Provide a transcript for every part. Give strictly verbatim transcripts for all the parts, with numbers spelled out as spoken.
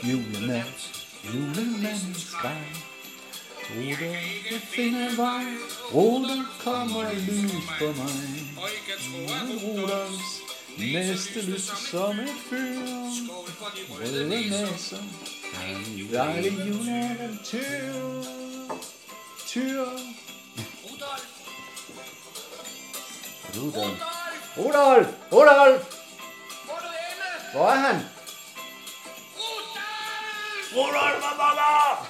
julenat, julemandens vej. Ruder, jeg finder vej, ruder kommer lys på mig. Ruders næste lys som et fyr, røde næser, en dejlig juleeventyr. Tyr. Rudolf. Rudolf! Rudolf! Hvor er han? Rudolf, hvad var der?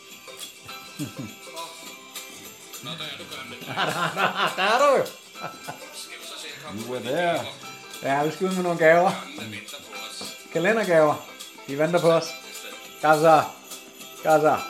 Nå, der er du gamle. Der er du jo. Nu er der. Ja, vi skal ud med nogle gaver. Kalendergaver. De venter på os. Kom så. Kom så.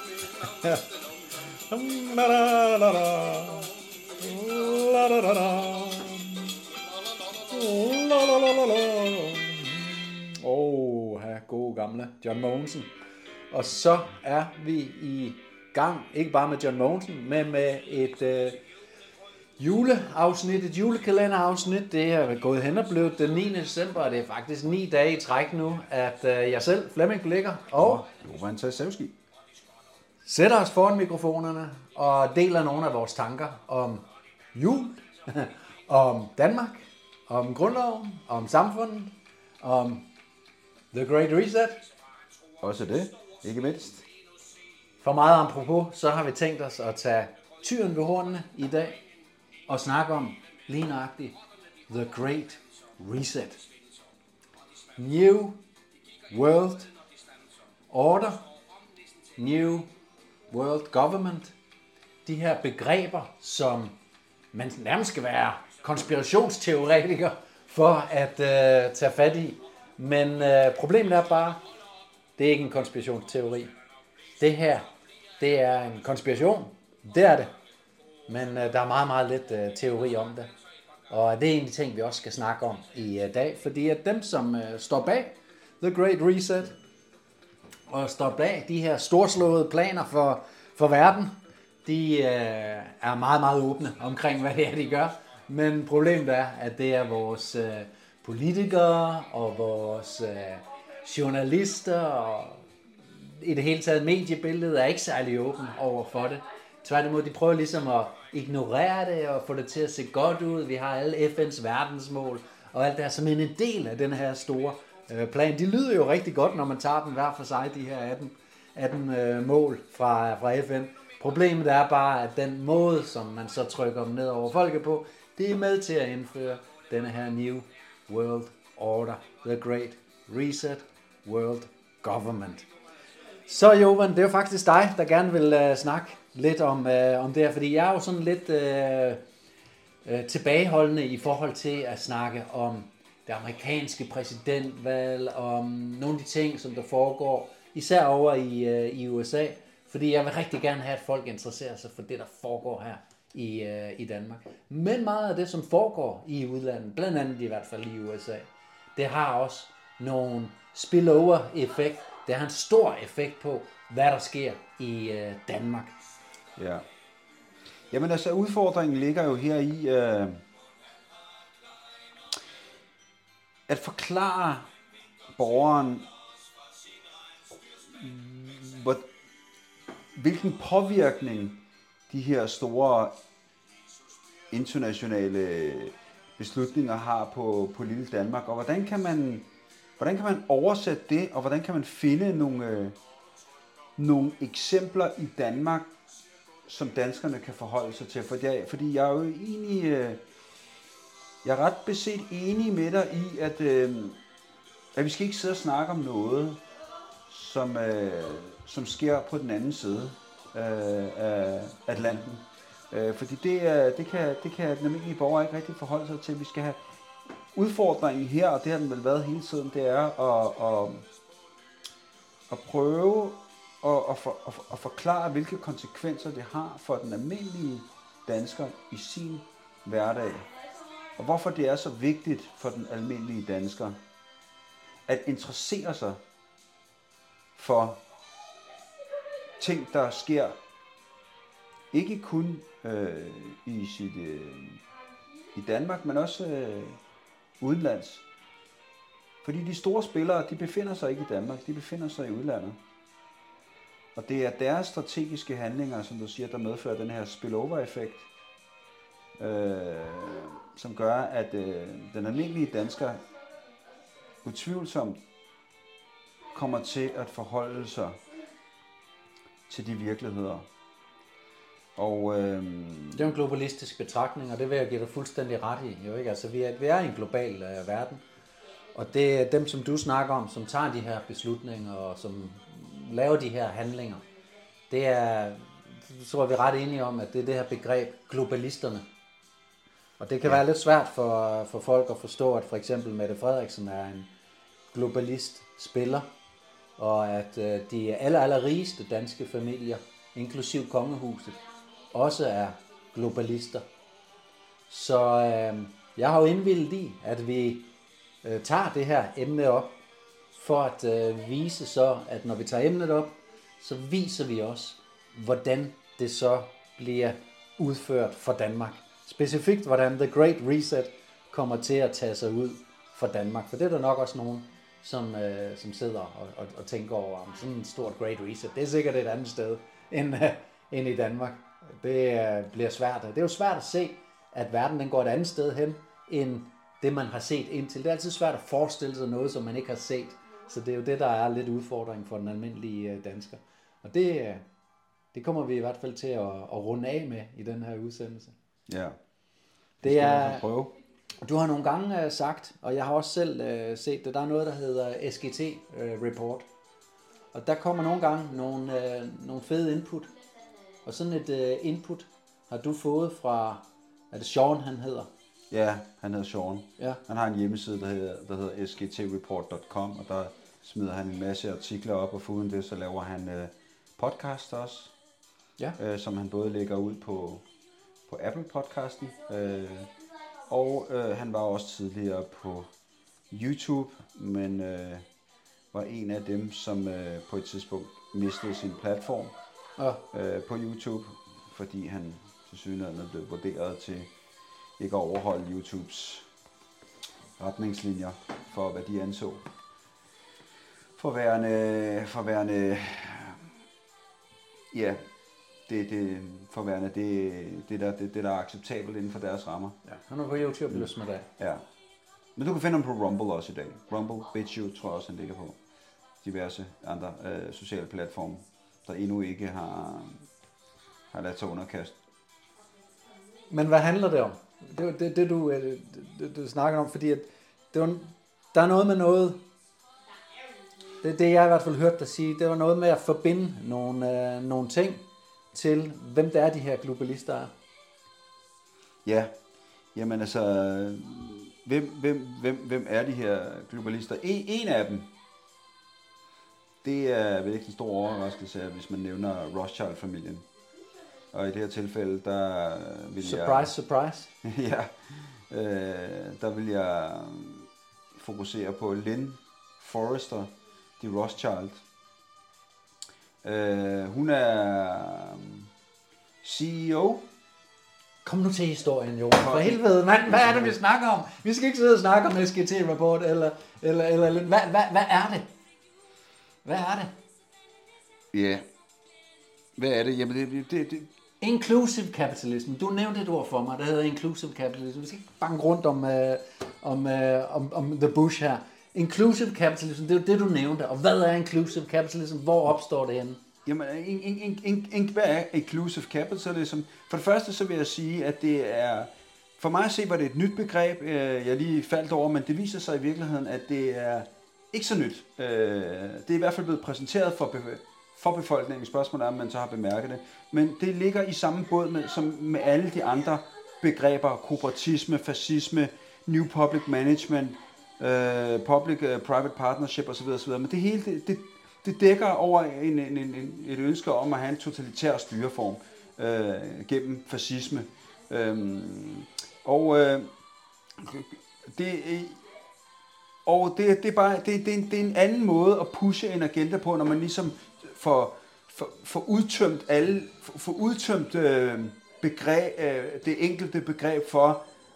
Åh, her gode gamle John Mogensen. Og så er vi i gang, ikke bare med John Mogensen, men med et øh, juleafsnit, et julekalenderafsnit. Det er gået hen og blevet den niende december, og det er faktisk ni dage i træk nu, at øh, jeg selv, Flemming Blikker, og Jovan Tasevski sætter os foran mikrofonerne og deler nogle af vores tanker om jul, om Danmark, om grundloven, om samfundet, om The Great Reset. Også det, ikke mindst. For meget apropos, så har vi tænkt os at tage tyren ved hornene i dag og snakke om lige nøjagtigt The Great Reset. New World Order, New World Government, de her begreber, som man nærmest skal være konspirationsteoretiker for at øh, tage fat i. Men øh, problemet er bare, det er ikke en konspirationsteori. Det her, det er en konspiration. Det er det. Men øh, der er meget, meget lidt øh, teori om det. Og det er en af de ting, vi også skal snakke om i øh, dag. Fordi at dem, som øh, står bag The Great Reset, og står bag de her storslåede planer for, for verden, de øh, er meget, meget åbne omkring, hvad det er, de gør. Men problemet er, at det er vores øh, politikere og vores øh, journalister og i det hele taget mediebilledet er ikke særlig åben over for det. Tværtimod, de prøver ligesom at ignorere det og få det til at se godt ud. Vi har alle F N's verdensmål og alt det her som en del af den her store øh, plan. De lyder jo rigtig godt, når man tager dem hver for sig, de her atten, atten øh, mål fra, fra F N. Problemet er bare, at den måde, som man så trykker dem ned over folket på, det er med til at indføre denne her New World Order, The Great Reset, World Government. Så Jovan, det er jo faktisk dig, der gerne vil uh, snakke lidt om, uh, om det her, fordi jeg er jo sådan lidt uh, uh, tilbageholdende i forhold til at snakke om det amerikanske præsidentvalg, om nogle af de ting, som der foregår, især over i, uh, i U S A, fordi jeg vil rigtig gerne have, at folk interesserer sig for det, der foregår her i, uh, i Danmark. Men meget af det, som foregår i udlandet, blandt andet i hvert fald i U S A, det har også nogle spillover-effekt. Det har en stor effekt på, hvad der sker i øh, Danmark. Ja. Jamen altså, udfordringen ligger jo her i øh, at forklare borgeren, hvor, hvilken påvirkning de her store internationale beslutninger har på, på lille Danmark, og hvordan kan man Hvordan kan man oversætte det, og hvordan kan man finde nogle, øh, nogle eksempler i Danmark, som danskerne kan forholde sig til? Fordi jeg, fordi jeg er jo egentlig, øh, jeg er ret beset enig med dig i, at, øh, at vi skal ikke sidde og snakke om noget, som, øh, som sker på den anden side øh, af Atlanten. Øh, fordi det, øh, det, kan, det kan den almindelige borger ikke rigtig forholde sig til. Vi skal have udfordringen her, og det har den vel været hele tiden, det er at, at, at prøve at, at, for, at, at forklare, hvilke konsekvenser det har for den almindelige dansker i sin hverdag. Og hvorfor det er så vigtigt for den almindelige dansker at interessere sig for ting, der sker ikke kun øh, i, sit, øh, i Danmark, men også øh, udenlands. Fordi de store spillere, de befinder sig ikke i Danmark, de befinder sig i udlandet. Og det er deres strategiske handlinger, som du siger, der medfører den her spillover-effekt, øh, som gør, at øh, den almindelige dansker utvivlsomt kommer til at forholde sig til de virkeligheder. Og, øh, det er en globalistisk betragtning, og det vil jeg give dig fuldstændig ret i. Jo, ikke? Altså, vi, er, vi er i en global øh, verden, og det er dem, som du snakker om, som tager de her beslutninger, og som laver de her handlinger. Det er, så tror jeg, vi er ret enige om, at det er det her begreb globalisterne. Og det kan ja. være lidt svært for, for folk at forstå, at for eksempel Mette Frederiksen er en globalist spiller, og at øh, de aller, aller rigeste danske familier, inklusiv kongehuset, også er globalister. Så øh, jeg har jo indvildet i, at vi øh, tager det her emne op, for at øh, vise så, at når vi tager emnet op, så viser vi også, hvordan det så bliver udført for Danmark. Specifikt, hvordan The Great Reset kommer til at tage sig ud for Danmark. For det er der nok også nogen, som, øh, som sidder og, og, og tænker over, om sådan en stort Great Reset, det er sikkert et andet sted end, øh, end i Danmark. Det øh, bliver svært. Det er jo svært at se, at verden den går et andet sted hen, end det man har set indtil. Det er altid svært at forestille sig noget, som man ikke har set. Så det er jo det, der er lidt udfordring for den almindelige øh, dansker. Og det, øh, det kommer vi i hvert fald til at, at runde af med i den her udsendelse. Ja, det, det er, prøve. Du har nogle gange uh, sagt, og jeg har også selv uh, set det, der er noget, der hedder S G T uh, Report. Og der kommer nogle gange nogle, uh, nogle fede input. Og sådan et uh, input har du fået fra, er det Sean, han hedder? Ja, han hedder Sean. Ja. Han har en hjemmeside, der hedder, der hedder s g t report punktum com, og der smider han en masse artikler op, og foruden det, så laver han uh, podcast også, ja. uh, som han både lægger ud på, på Apple podcasten, uh, og uh, han var også tidligere på YouTube, men uh, var en af dem, som uh, på et tidspunkt mistede sin platform ja. uh, på YouTube, fordi han tilsyneladende blev vurderet til ikke at overholde YouTubes retningslinjer for, hvad de anså for værende, for værende, ja, det, det, for værende, det, det, der, det, det der er acceptabelt inden for deres rammer. Ja, han er på YouTube løs med det. Ja. Men du kan finde ham på Rumble også i dag. Rumble, BitChute tror jeg også, han ligger på. Diverse andre øh, sociale platforme, der endnu ikke har, har ladt sig underkaste. Men hvad handler det om? Det er det, det, du, det, det, du snakker om, fordi at det var, der er noget med noget, det er det, jeg i hvert fald hørte dig sige, det var noget med at forbinde nogle, øh, nogle ting til, hvem det er, de her globalister er. Ja, jamen altså, hvem, hvem, hvem, hvem er de her globalister? En, en af dem, det er vel ikke en stor overraskelse, hvis man nævner Rothschild-familien. Og i det her tilfælde, der vil surprise, jeg... Surprise, surprise. Ja, øh, der vil jeg fokusere på Lynn Forrester, de Rothschild. Øh, hun er C E O. Kom nu til historien, jo. For helvede, mand. Hvad er det, vi snakker om? Vi skal ikke sidde og snakke om S G T Report, eller... eller, eller hvad, hvad, hvad er det? Hvad er det? Ja. Yeah. Hvad er det? Jamen, det... det, det Inclusive capitalism. Du nævnte et ord for mig, der hedder inclusive capitalism. Vi skal ikke banke rundt om, uh, om, uh, om, om the bush her. Inclusive capitalism, det er jo det, du nævnte. Og hvad er inclusive capitalism? Hvor opstår det henne? Jamen, in, in, in, in, hvad er inclusive capitalism? For det første så vil jeg sige, at det er... For mig at se, var det et nyt begreb, jeg lige faldt over, men det viser sig i virkeligheden, at det er ikke så nyt. Det er i hvert fald blevet præsenteret for for befolkningen. Spørgsmålet er, om man så har bemærket det. Men det ligger i samme båd med, som med alle de andre begreber. Kooperatisme, fascisme, New Public Management, uh, Public-Private uh, Partnership osv. osv. Men det hele, det, det, det dækker over en, en, en, et ønske om at have en totalitær styreform uh, gennem fascisme. Um, og uh, det og det, det er bare det, det, er en, det er en anden måde at pushe en agenda på, når man ligesom for, for, for udtømt alle, for, for udtømt øh, begreb, øh, det enkelte begreb for,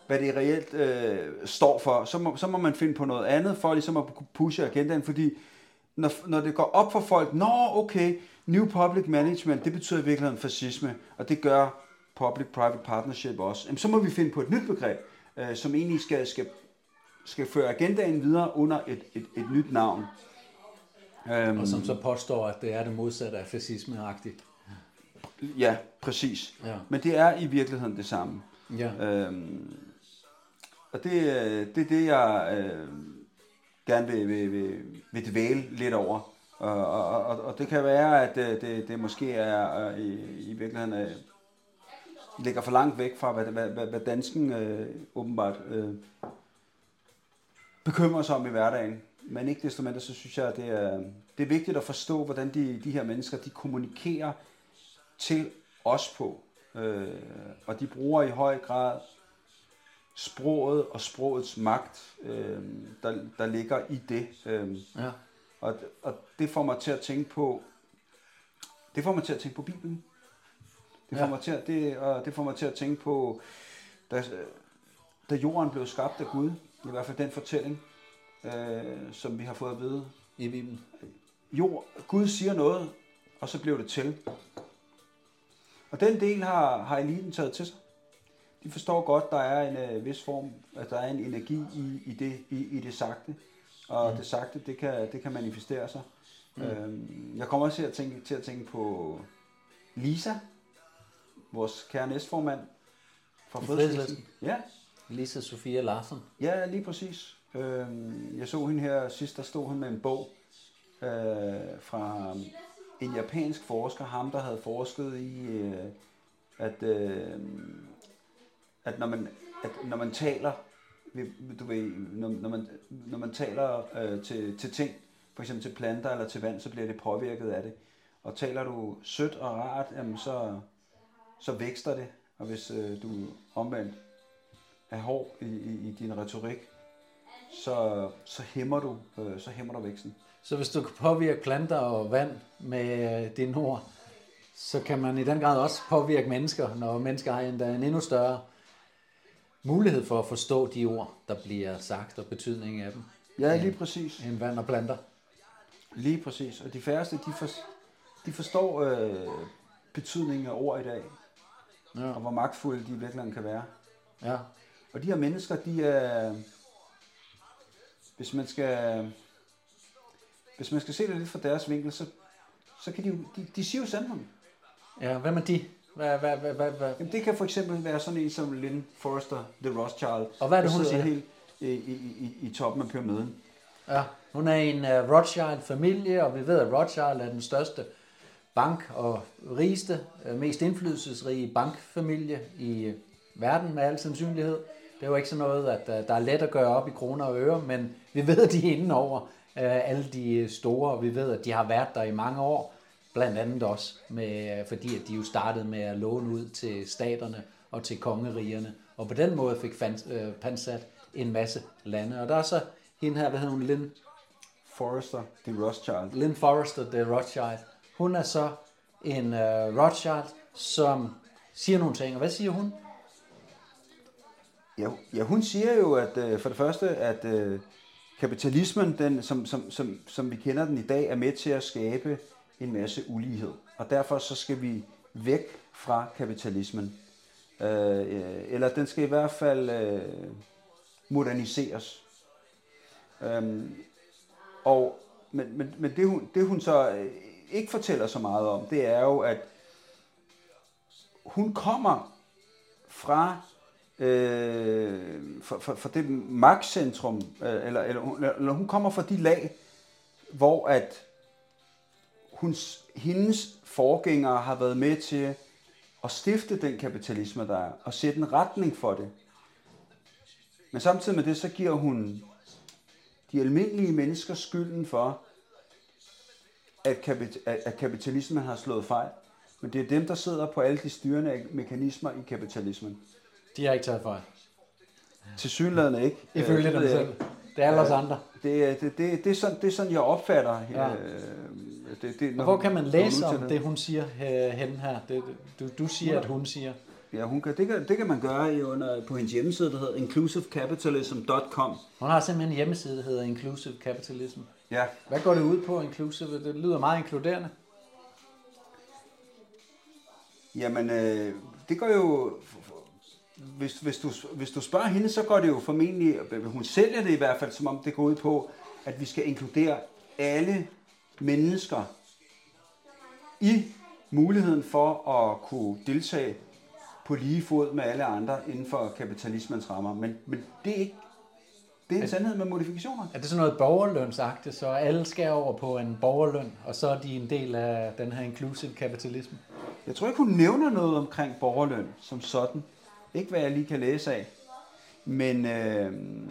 hvad det reelt øh, står for, så må, så må man finde på noget andet for ligesom at kunne pushe agendaen, fordi når, når det går op for folk, nå okay, New Public Management, det betyder i virkeligheden fascisme, og det gør Public-Private Partnership også, jamen, så må vi finde på et nyt begreb, øh, som egentlig skal, skal, skal føre agendaen videre under et, et, et nyt navn. Um, og som så påstår, at det er det modsatte af fascisme-agtigt. Ja, præcis. Ja. Men det er i virkeligheden det samme. Ja. Um, og det, det er det, jeg øh, gerne vil, vil, vil, vil dvæle lidt over. Og, og, og, og det kan være, at det, det, det måske er øh, i, i virkeligheden øh, ligger for langt væk fra, hvad, hvad, hvad, hvad dansken øh, åbenbart øh, bekymrer sig om i hverdagen. Men ikke desto mindre, så synes jeg, at det er, det er vigtigt at forstå, hvordan de, de her mennesker, de kommunikerer til os på. Øh, og de bruger i høj grad sproget og sprogets magt, øh, der, der ligger i det. Øh, ja. og, og det får mig til at tænke på, det får mig til at tænke på Bibelen. Det får, ja. mig, til at, det, og det får mig til at tænke på, da, da jorden blev skabt af Gud, i hvert fald den fortælling, øh, som vi har fået at vide i Bibelen. Jo, Gud siger noget, og så blev det til. Og den del har, har eliten taget til sig. De forstår godt, der er en øh, vis form, at der er en energi i, i, det, i, i det sagte. Og mm. det sagte, det kan, det kan manifestere sig. Mm. Øhm, jeg kommer også til at tænke, til at tænke på Lisa, vores kære næstformand fra Fredslisten. Ja. Lisa Sofia Larsen. Ja, lige præcis. Øhm, jeg så hende her sidst, der stod hun med en bog øh, fra en japansk forsker, ham der havde forsket i, øh, at, øh, at, når man, at når man taler, du ved, når, når, man, når man taler øh, til, til ting, for eksempel til planter eller til vand, så bliver det påvirket af det. Og taler du sødt og rart, jamen så, så vækster det. Og hvis øh, du omvendt er hård i, i, i din retorik, så, så, hæmmer du, øh, så hæmmer du væksten. Så hvis du kan påvirke planter og vand med øh, dine ord, så kan man i den grad også påvirke mennesker, når mennesker har en, en endnu større mulighed for at forstå de ord, der bliver sagt, og betydningen af dem. Ja, lige præcis. End vand og planter. Lige præcis. Og de færreste, de, for, de forstår øh, betydningen af ord i dag. Ja. Og hvor magtfulde de i virkeligheden kan være. Ja. Og de her mennesker, de er, hvis man skal, hvis man skal se det lidt fra deres vinkel, så, så kan de jo, de, de siger jo sandheden. Ja, hvem er de? Hvad, hvad, hvad, hvad, hvad? Jamen, det kan for eksempel være sådan en som Lynn Forrester, The Rothschild. Og hvad er det, hun siger? Helt i, i, i, i toppen af pyramiden. Ja, hun er en uh, Rothschild-familie, og vi ved, at Rothschild er den største bank og rigeste, uh, mest indflydelsesrige bankfamilie i uh, verden med al sandsynlighed. Det er jo ikke sådan noget, at uh, der er let at gøre op i kroner og øre, men vi ved, at de er inde over uh, alle de store, og vi ved, at de har været der i mange år. Blandt andet også, med, fordi at de jo startede med at låne ud til staterne og til kongerigerne, og på den måde fik fans, øh, pansat en masse lande. Og der er så hende her, hvad hedder hun, Lynn Forrester, The Rothschild. Lynn Forrester, The Rothschild. Hun er så en øh, Rothschild, som siger nogle ting. Og hvad siger hun? Ja, ja hun siger jo, at øh, for det første, at øh, kapitalismen, den, som, som, som, som vi kender den i dag, er med til at skabe en masse ulighed. Og derfor så skal vi væk fra kapitalismen. Øh, eller den skal i hvert fald øh, moderniseres. Øhm, og, men men, men det, hun, det hun så øh, ikke fortæller så meget om, det er jo, at hun kommer fra, øh, fra, fra, fra det magtcentrum, øh, eller, eller, eller hun kommer fra de lag, hvor at Huns, hendes forgængere har været med til at stifte den kapitalisme, der er, og sætte en retning for det. Men samtidig med det, så giver hun de almindelige mennesker skylden for, at, kapit- at kapitalismen har slået fejl. Men det er dem, der sidder på alle de styrende mekanismer i kapitalismen. De har ikke taget fejl. Tilsyneladende ikke. Ifølge dem selv. Det er alle os andre. Det, det, det, det, er sådan, det er sådan, jeg opfatter. Ja. Det, det, og hvor kan man læse om det, hun siger henne her? Det, du, du siger, ja. At hun siger. ja, hun kan, det, kan, det kan man gøre i under, på hendes hjemmeside, der hedder inclusive capitalism dot com. Hun har simpelthen en hjemmeside, der hedder Inclusive Capitalism. Ja. Hvad går det ud på, Inclusive? Det lyder meget inkluderende. Jamen, øh, det går jo... Hvis, hvis, du, hvis du spørger hende, så går det jo formentlig... Hun sælger det i hvert fald, som om det går ud på, at vi skal inkludere alle mennesker i muligheden for at kunne deltage på lige fod med alle andre inden for kapitalismens rammer. Men, men det er ikke... Det er en sandhed med modifikationer. Er det sådan noget borgerlønsagtigt, så alle skal over på en borgerløn, og så er de en del af den her inclusive kapitalisme? Jeg tror ikke, hun nævner noget omkring borgerløn som sådan. Ikke hvad jeg lige kan læse af. Men, øh,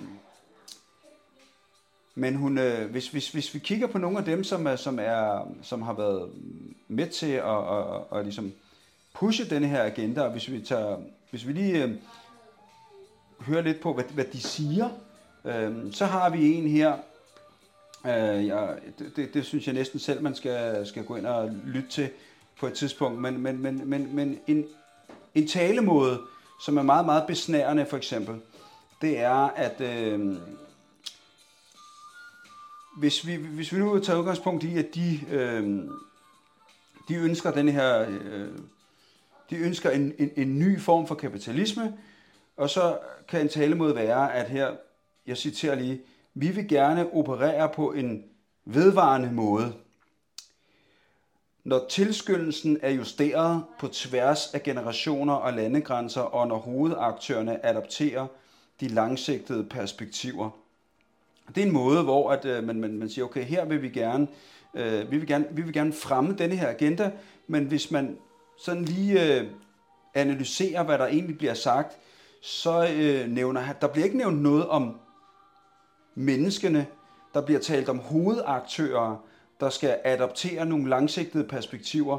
men hun, øh, hvis, hvis, hvis vi kigger på nogle af dem, som, er, som, er, som har været med til at, at, at, at ligesom pushe denne her agenda, og hvis vi, tager, hvis vi lige øh, hører lidt på, hvad, hvad de siger, øh, så har vi en her. Øh, jeg, det, det, det synes jeg næsten selv, man skal, skal gå ind og lytte til på et tidspunkt. Men, men, men, men, men en, en talemåde, som er meget, meget besnærende for eksempel, det er, at øh, hvis, vi, hvis vi nu tager udgangspunkt i, at de, øh, de ønsker denne her, øh, de ønsker en, en, en ny form for kapitalisme, og så kan en talemåde være, at her, jeg citerer lige, vi vil gerne operere på en vedvarende måde. Når tilskyndelsen er justeret på tværs af generationer og landegrænser, og når hovedaktørerne adopterer de langsigtede perspektiver. Det er en måde, hvor at, øh, man, man, man siger, okay, her vil vi gerne, øh, vi vil gerne, vi vil gerne fremme denne her agenda, men hvis man sådan lige øh, analyserer, hvad der egentlig bliver sagt, så øh, nævner der bliver ikke nævnt noget om menneskene, der bliver talt om hovedaktører, der skal adoptere nogle langsigtede perspektiver.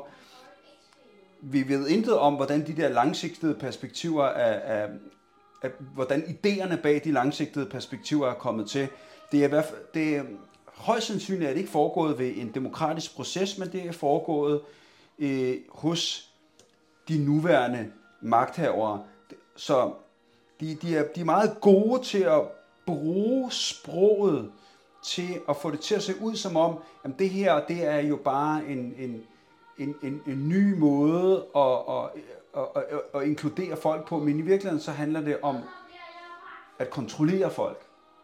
Vi ved intet om, hvordan de der langsigtede perspektiver er, er, er hvordan idéerne bag de langsigtede perspektiver er kommet til. Det er, i hvert fald, det er højst sandsynligt, at det ikke foregået ved en demokratisk proces, men det er foregået øh, hos de nuværende magthavere. Så de, de, er, de er meget gode til at bruge sproget til at få det til at se ud som om, at det her, det er jo bare en, en, en, en, en ny måde at, at, at, at, at inkludere folk på, men i virkeligheden så handler det om at kontrollere folk.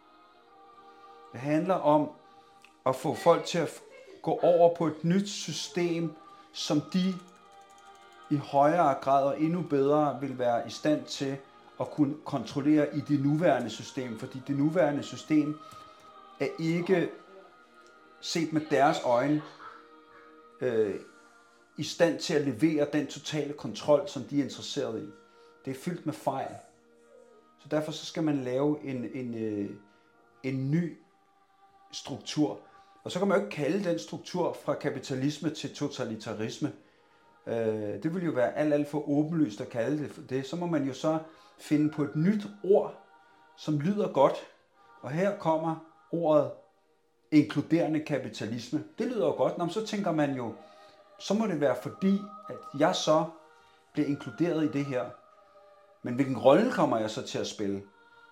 Det handler om at få folk til at gå over på et nyt system, som de i højere grad og endnu bedre vil være i stand til at kunne kontrollere i det nuværende system, fordi det nuværende system er ikke set med deres øjne øh, i stand til at levere den totale kontrol, som de er interesseret i. Det er fyldt med fejl. Så derfor så skal man lave en, en, øh, en ny struktur. Og så kan man jo ikke kalde den struktur fra kapitalisme til totalitarisme. Øh, det vil jo være alt, alt for åbenlyst at kalde det for det. Så må man jo så finde på et nyt ord, som lyder godt. Og her kommer ordet inkluderende kapitalisme. Det lyder jo godt. Nå, så tænker man jo, så må det være fordi, at jeg så bliver inkluderet i det her. Men hvilken rolle kommer jeg så til at spille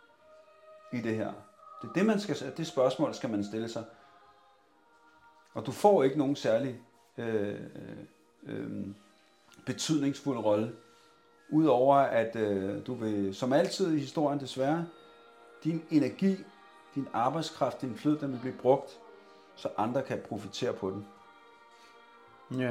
i det her? Det er det, man skal, det spørgsmål skal man stille sig. Og du får ikke nogen særlig øh, øh, betydningsfuld rolle. Udover at øh, du vil, som altid i historien desværre, din energi, din arbejdskraft, din flød, den vil blive brugt, så andre kan profitere på den. Ja.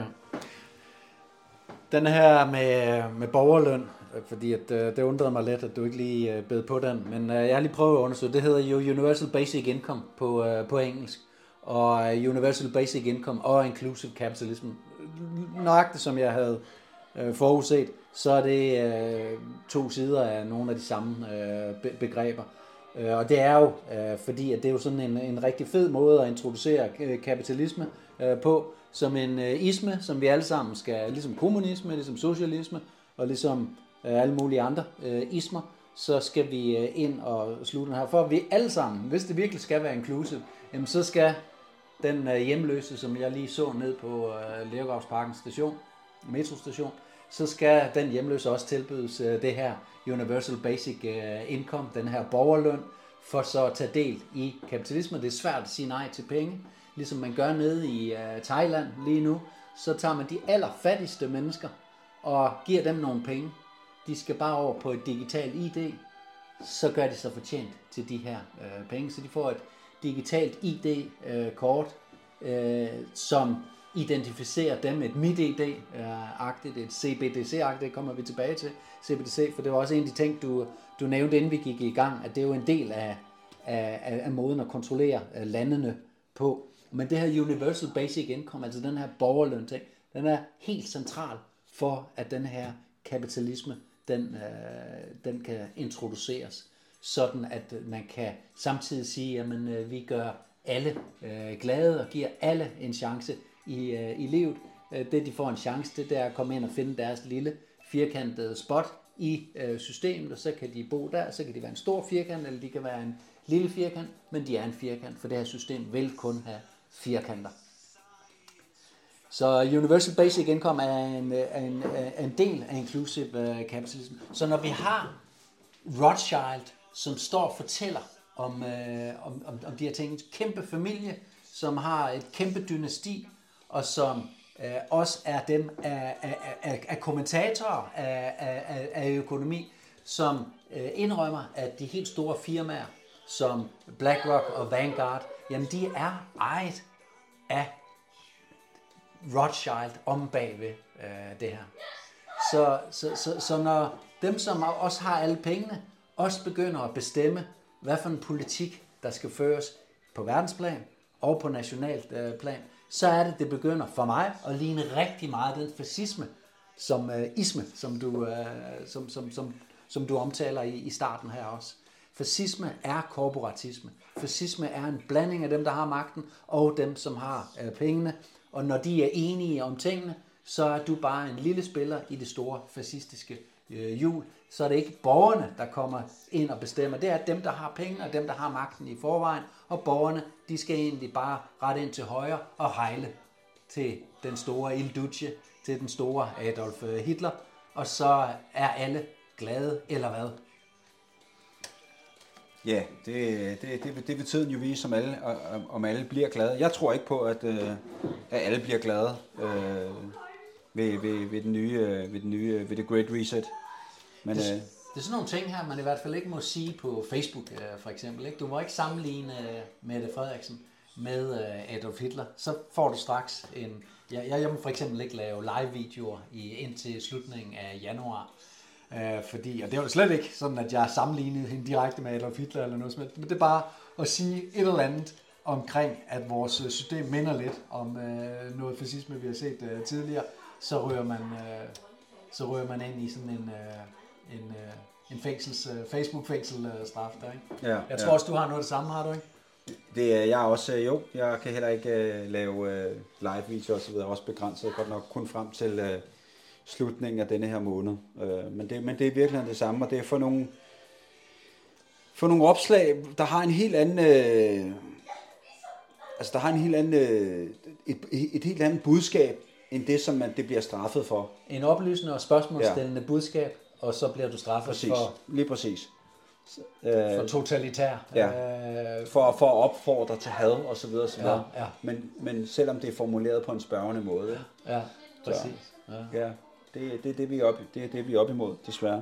Den her med, med borgerløn, fordi at, det undrede mig lidt, at du ikke lige bed på den, men jeg har lige prøvet at undersøge. Det hedder jo Universal Basic Income på, på engelsk, og Universal Basic Income og Inclusive Capitalism. Nøjagtigt som jeg havde forudset, så er det to sider af nogle af de samme begreber. Og det er jo fordi, at det er jo sådan en, en rigtig fed måde at introducere kapitalisme på, som en isme, som vi alle sammen skal, ligesom kommunisme, ligesom socialisme, og ligesom alle mulige andre ismer, så skal vi ind og slutte den her. For vi alle sammen, hvis det virkelig skal være inclusive, jamen så skal den hjemløse, som jeg lige så ned på Lergravsparken station, metrostation, så skal den hjemløse også tilbydes øh, det her Universal Basic øh, Income, den her borgerløn, for så at tage del i kapitalismen. Det er svært at sige nej til penge, ligesom man gør nede i uh, Thailand lige nu. Så tager man de allerfattigste mennesker og giver dem nogle penge. De skal bare over på et digitalt I D, så gør de sig fortjent til de her uh, penge. Så de får et digitalt I D-kort, uh, uh, som identificerer dem, et MitID-agtigt, et C B D C-agtigt, det kommer vi tilbage til, C B D C, for det var også en af de ting, du, du nævnte, inden vi gik i gang, at det er jo en del af, af, af måden at kontrollere landene på. Men det her Universal Basic Income, altså den her borgerløn ting, den er helt central for, at den her kapitalisme, den, øh, den kan introduceres, sådan at man kan samtidig sige, jamen øh, vi gør alle øh, glade og giver alle en chance i, øh, i livet. Det de får en chance til, det er at komme ind og finde deres lille firkantede spot i øh, systemet, og så kan de bo der, så kan de være en stor firkant, eller de kan være en lille firkant, men de er en firkant, for det her system vil kun have firkanter. Så Universal Basic Income er en, en, en del af inclusive capitalism. Så når vi har Rothschild, som står og fortæller om, øh, om, om, om de her ting, en kæmpe familie, som har et kæmpe dynasti, og som øh, også er dem af, af, af, af kommentatorer af, af, af økonomi, som øh, indrømmer, at de helt store firmaer, som BlackRock og Vanguard, jamen de er ejet af Rothschild om bagved øh, det her. Så, så, så, så når dem, som også har alle pengene, også begynder at bestemme, hvad for en politik, der skal føres på verdensplan og på nationalt øh, plan, så er det, det begynder for mig at ligne rigtig meget den fascisme, som øh, isme, som du, øh, som, som, som, som du omtaler i, i starten her også. Fascisme er korporatisme. Fascisme er en blanding af dem, der har magten, og dem, som har øh, pengene. Og når de er enige om tingene, så er du bare en lille spiller i det store fascistiske øh, hjul. Så er det ikke borgerne, der kommer ind og bestemmer. Det er dem, der har penge, og dem, der har magten i forvejen. Og borgerne, de skal egentlig bare rette ind til højre og hejle til den store Il Duce, til den store Adolf Hitler. Og så er alle glade, eller hvad? Ja, det, det, det, det vil tiden jo vise, om alle, om alle bliver glade. Jeg tror ikke på, at, at alle bliver glade øh, ved, ved, ved, den nye, ved, den nye, ved The Great Reset. Men, det, øh, det er sådan nogle ting her, man i hvert fald ikke må sige på Facebook, øh, for eksempel. Ikke? Du må ikke sammenligne øh, Mette Frederiksen med øh, Adolf Hitler. Så får du straks en... Jeg, jeg må for eksempel ikke lave live-videoer i, indtil slutningen af januar. Øh, fordi, og det er jo slet ikke sådan, at jeg har sammenlignet hende direkte med Adolf Hitler eller noget som helst, men det er bare at sige et eller andet omkring, at vores system minder lidt om øh, noget fascisme, vi har set øh, tidligere, så rører man, øh, så rører man ind i sådan en, øh, en, øh, en fængsels, øh, Facebook-fængselstraf der, ikke? Ja, jeg tror ja. også, du har noget af det samme, har du ikke? Det er jeg også, jo, jeg kan heller ikke øh, lave øh, live-videoer og så videre, også begrænset, godt nok kun frem til... Øh, slutningen af denne her måned. Øh, men, det, men det er virkelig det samme, og det er for nogle, for nogle opslag, der har en helt anden, øh, altså der har en helt anden, øh, et, et helt andet budskab, end det, som man, det bliver straffet for. En oplysende og spørgsmålsstillende ja. budskab, og så bliver du straffet præcis. for... Lige præcis. For totalitær. Ja. Øh, for, for at opfordre til had, og så videre, så videre. Ja, ja. Men, men selvom det er formuleret på en spørgende måde. Ja, præcis. Ja. Ja. Det, det, er det, vi er op, det er det, vi er op imod, desværre.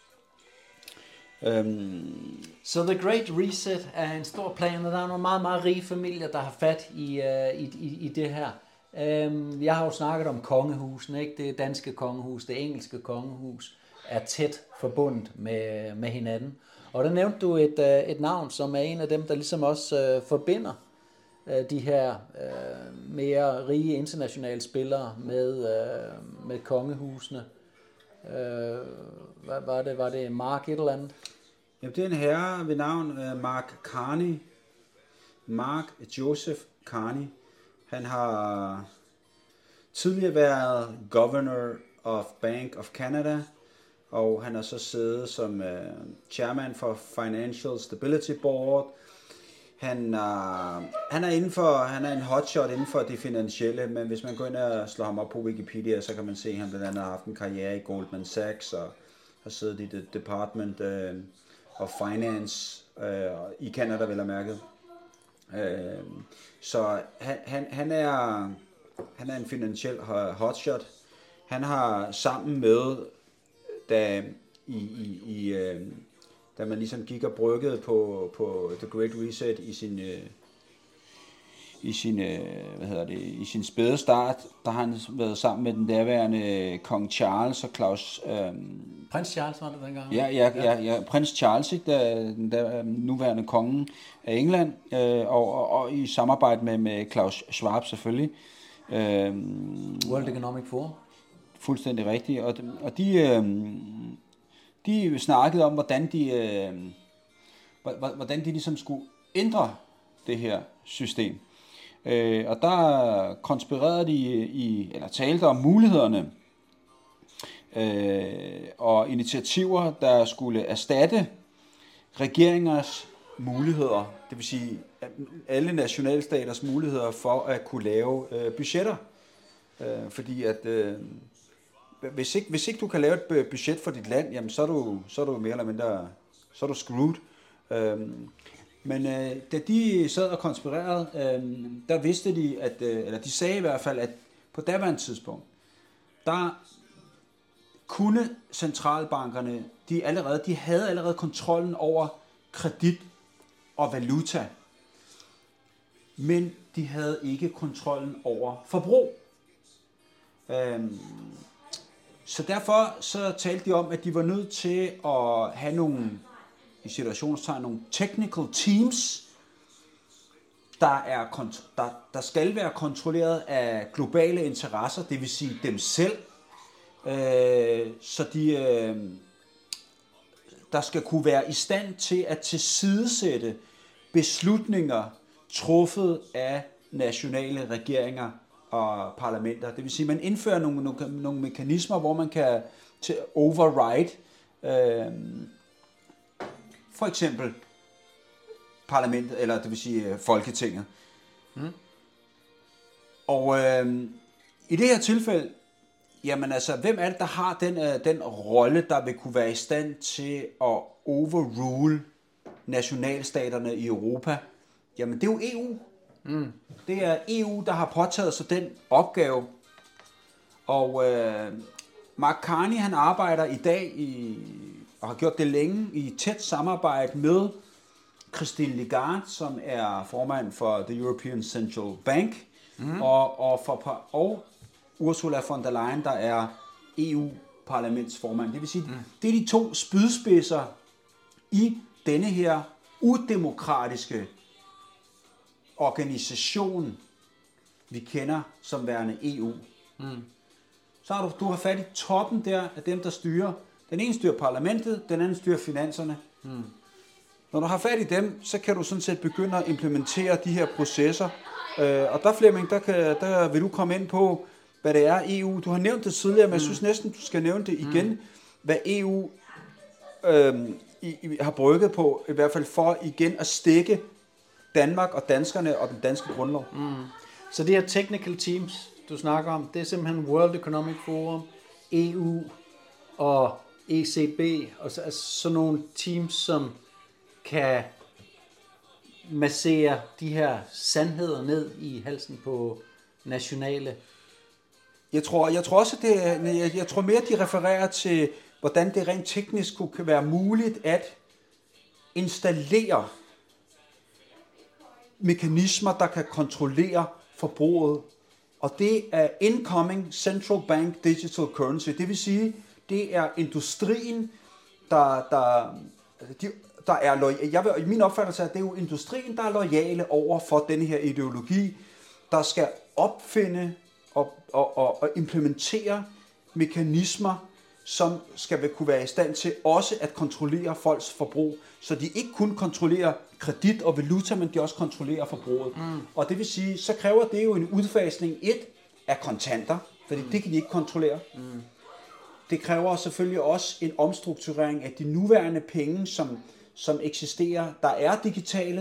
Um, Så The Great Reset er en stor plan, og der er nogle meget, meget rige familier, der har fat i, uh, i, i, i det her. Um, jeg har jo snakket om kongehusene, ikke? Det danske kongehus, det engelske kongehus er tæt forbundet med, med hinanden. Og der nævnte du et, uh, et navn, som er en af dem, der ligesom også uh, forbinder de her øh, mere rige internationale spillere med, øh, med kongehusene. Øh, hvad var det? Var det Mark et eller andet? Jamen, det er en herre ved navn uh, Mark Carney. Mark Joseph Carney. Han har tidligere været Governor of Bank of Canada, og han har så siddet som uh, chairman for Financial Stability Board. Han er, han er inden for, han er en hotshot inden for det finansielle, men hvis man går ind og slår ham op på Wikipedia, så kan man se, at han blandt andet har haft en karriere i Goldman Sachs og har siddet i det Department uh, of Finance uh, i Canada, vel at mærke. Uh, så han, han, han, er, han er en finansiel hotshot. Han har sammen med, da, i, i, i, uh, da man ligesom gik og bryggede på, på The Great Reset i sin, uh, i sin, uh, hvad hedder det, i sin spæde start, der har han været sammen med den daværende kong Charles og Claus... Um, Prins Charles var det dengang? Ja, ja, ja, ja. Prins Charles, ikke, der, den der nuværende konge af England, øh, og, og, og i samarbejde med, med Klaus Schwab selvfølgelig. Øh, World Economic Forum. Fuldstændig rigtigt. Og, og de, øh, de snakkede om, hvordan de, øh, hvordan de ligesom skulle ændre det her system. Øh, og der konspirerede de i, eller talte om mulighederne øh, og initiativer, der skulle erstatte regeringers muligheder, det vil sige alle nationalstaters muligheder for at kunne lave øh, budgetter. Øh, fordi at øh, hvis, ikke, hvis ikke du kan lave et budget for dit land, jamen så er du, så er du mere eller mindre så er du screwed. Øh, men øh, da de sad og konspirerede, øh, der vidste de, at, øh, eller de sagde i hvert fald, at på daværende tidspunkt, der kunne centralbankerne, de, allerede, de havde allerede kontrollen over kredit og valuta, men de havde ikke kontrollen over forbrug. Øhm, så derfor så talte de om, at de var nødt til at have nogle, i situationstegn, nogle technical teams, der, er, der, der skal være kontrolleret af globale interesser, det vil sige dem selv, øh, så de øh, der skal kunne være i stand til at tilsidesætte beslutninger truffet af nationale regeringer og parlamenter. Det vil sige, at man indfører nogle, nogle, nogle mekanismer, hvor man kan til override øh, for eksempel parlamentet, eller det vil sige Folketinget. Mm. Og øh, i det her tilfælde, jamen altså, hvem er det, der har den, øh, den rolle, der vil kunne være i stand til at overrule nationalstaterne i Europa? Jamen, det er jo E U. Mm. Det er E U, der har påtaget sig den opgave. Og øh, Mark Carney, han arbejder i dag, i, og har gjort det længe, i tæt samarbejde med Christine Lagarde, som er formand for The European Central Bank, mm. og, og, for, og Ursula von der Leyen, der er E U-parlamentsformand. Det vil sige, mm. det er de to spydspidser i denne her udemokratiske organisation, vi kender som værende E U. Mm. Så har du, du har fat i toppen der af dem, der styrer. Den ene styrer parlamentet, den anden styrer finanserne. Mm. Når du har fat i dem, så kan du sådan set begynde at implementere de her processer. Øh, og der, Flemming, der, kan, der vil du komme ind på, hvad det er E U. Du har nævnt det tidligere, men jeg synes næsten, du skal nævne det igen, mm. hvad E U øh, i, i, har brygget på, i hvert fald for igen at stikke Danmark og danskerne og den danske grundlov. Mm. Så de her technical teams, du snakker om, det er simpelthen World Economic Forum, E U og E C B, og så, altså sådan nogle teams, som kan massere de her sandheder ned i halsen på nationale. Jeg tror, jeg tror også, det, jeg, jeg tror mere, de refererer til, hvordan det rent teknisk kunne være muligt at installere mekanismer, der kan kontrollere forbruget. Og det er Incoming Central Bank Digital Currency. Det vil sige, det er industrien, der, der, de, der er loyale. Jeg vil, min opfattelse er, at det er jo industrien, der er loyale over for denne her ideologi, der skal opfinde og, og, og, og implementere mekanismer, som skal kunne være i stand til også at kontrollere folks forbrug, så de ikke kun kontrollerer kredit og valuta, men de også kontrollerer forbruget. Mm. Og det vil sige, så kræver det jo en udfasning et af kontanter, fordi mm. det kan de ikke kontrollere. Mm. Det kræver selvfølgelig også en omstrukturering af de nuværende penge, som, som eksisterer, der er digitale.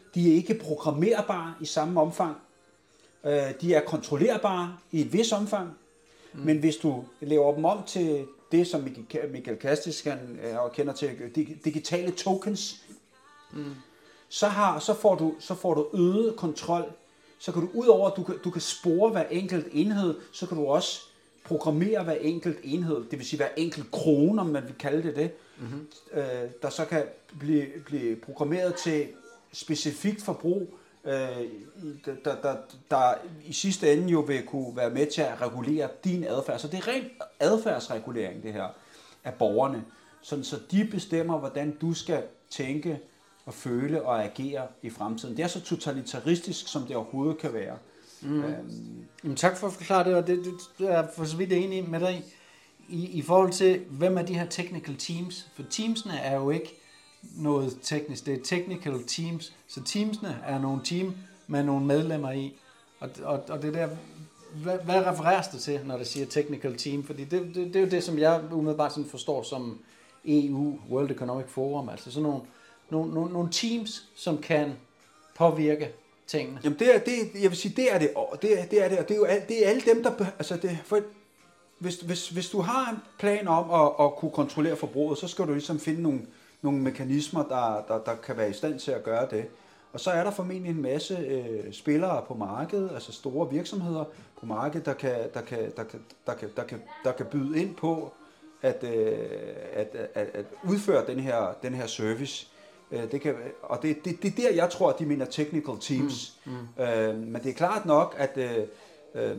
De er ikke programmerbare i samme omfang. Øh, de er kontrollerbare i et vis omfang. Mm. Men hvis du laver dem om til det, som Michael Kastis kan, og kender til, digitale tokens, mm. så, har, så, får du, så får du øget kontrol. Så kan du udover, at du kan, du kan spore hver enkelt enhed, så kan du også programmere hver enkelt enhed, det vil sige hver enkelt krone, om man vil kalde det det, mm-hmm. øh, der så kan blive, blive programmeret til specifikt forbrug, øh, der, der, der i sidste ende jo vil kunne være med til at regulere din adfærd. Så det er rent adfærdsregulering, det her, af borgerne, sådan så de bestemmer, hvordan du skal tænke og føle og agere i fremtiden. Det er så totalitaristisk, som det overhovedet kan være. Mm. Øhm. Jamen, tak for at forklare det, og det, det, det er for så vidt enig med dig i, i forhold til, hvem er de her technical teams? For teamsene er jo ikke noget teknisk, det er technical teams, så teamsene er nogle team med nogle medlemmer i, og, og, og det der, hvad, hvad refereres det til, når det siger technical team? Fordi det, det, det er jo det, som jeg umiddelbart sådan forstår som E U, World Economic Forum, altså sådan nogle, nogle, nogle, nogle teams, som kan påvirke tingene. Jamen det er det, jeg vil sige, det er det, det er det, er det og det er jo alt, det er alle dem, der, altså det, for, hvis, hvis, hvis du har en plan om at, at kunne kontrollere forbruget, så skal du ligesom finde nogle, nogle mekanismer, der, der, der kan være i stand til at gøre det. Og så er der formentlig en masse øh, spillere på markedet, altså store virksomheder på markedet, der kan, der kan, der kan, der kan, der kan, der kan byde ind på at, øh, at, at, at udføre den her, den her service. Det kan, og det, det, det er der, jeg tror, at de mener technical teams. Mm, mm. Øh, men det er klart nok, at øh, øh,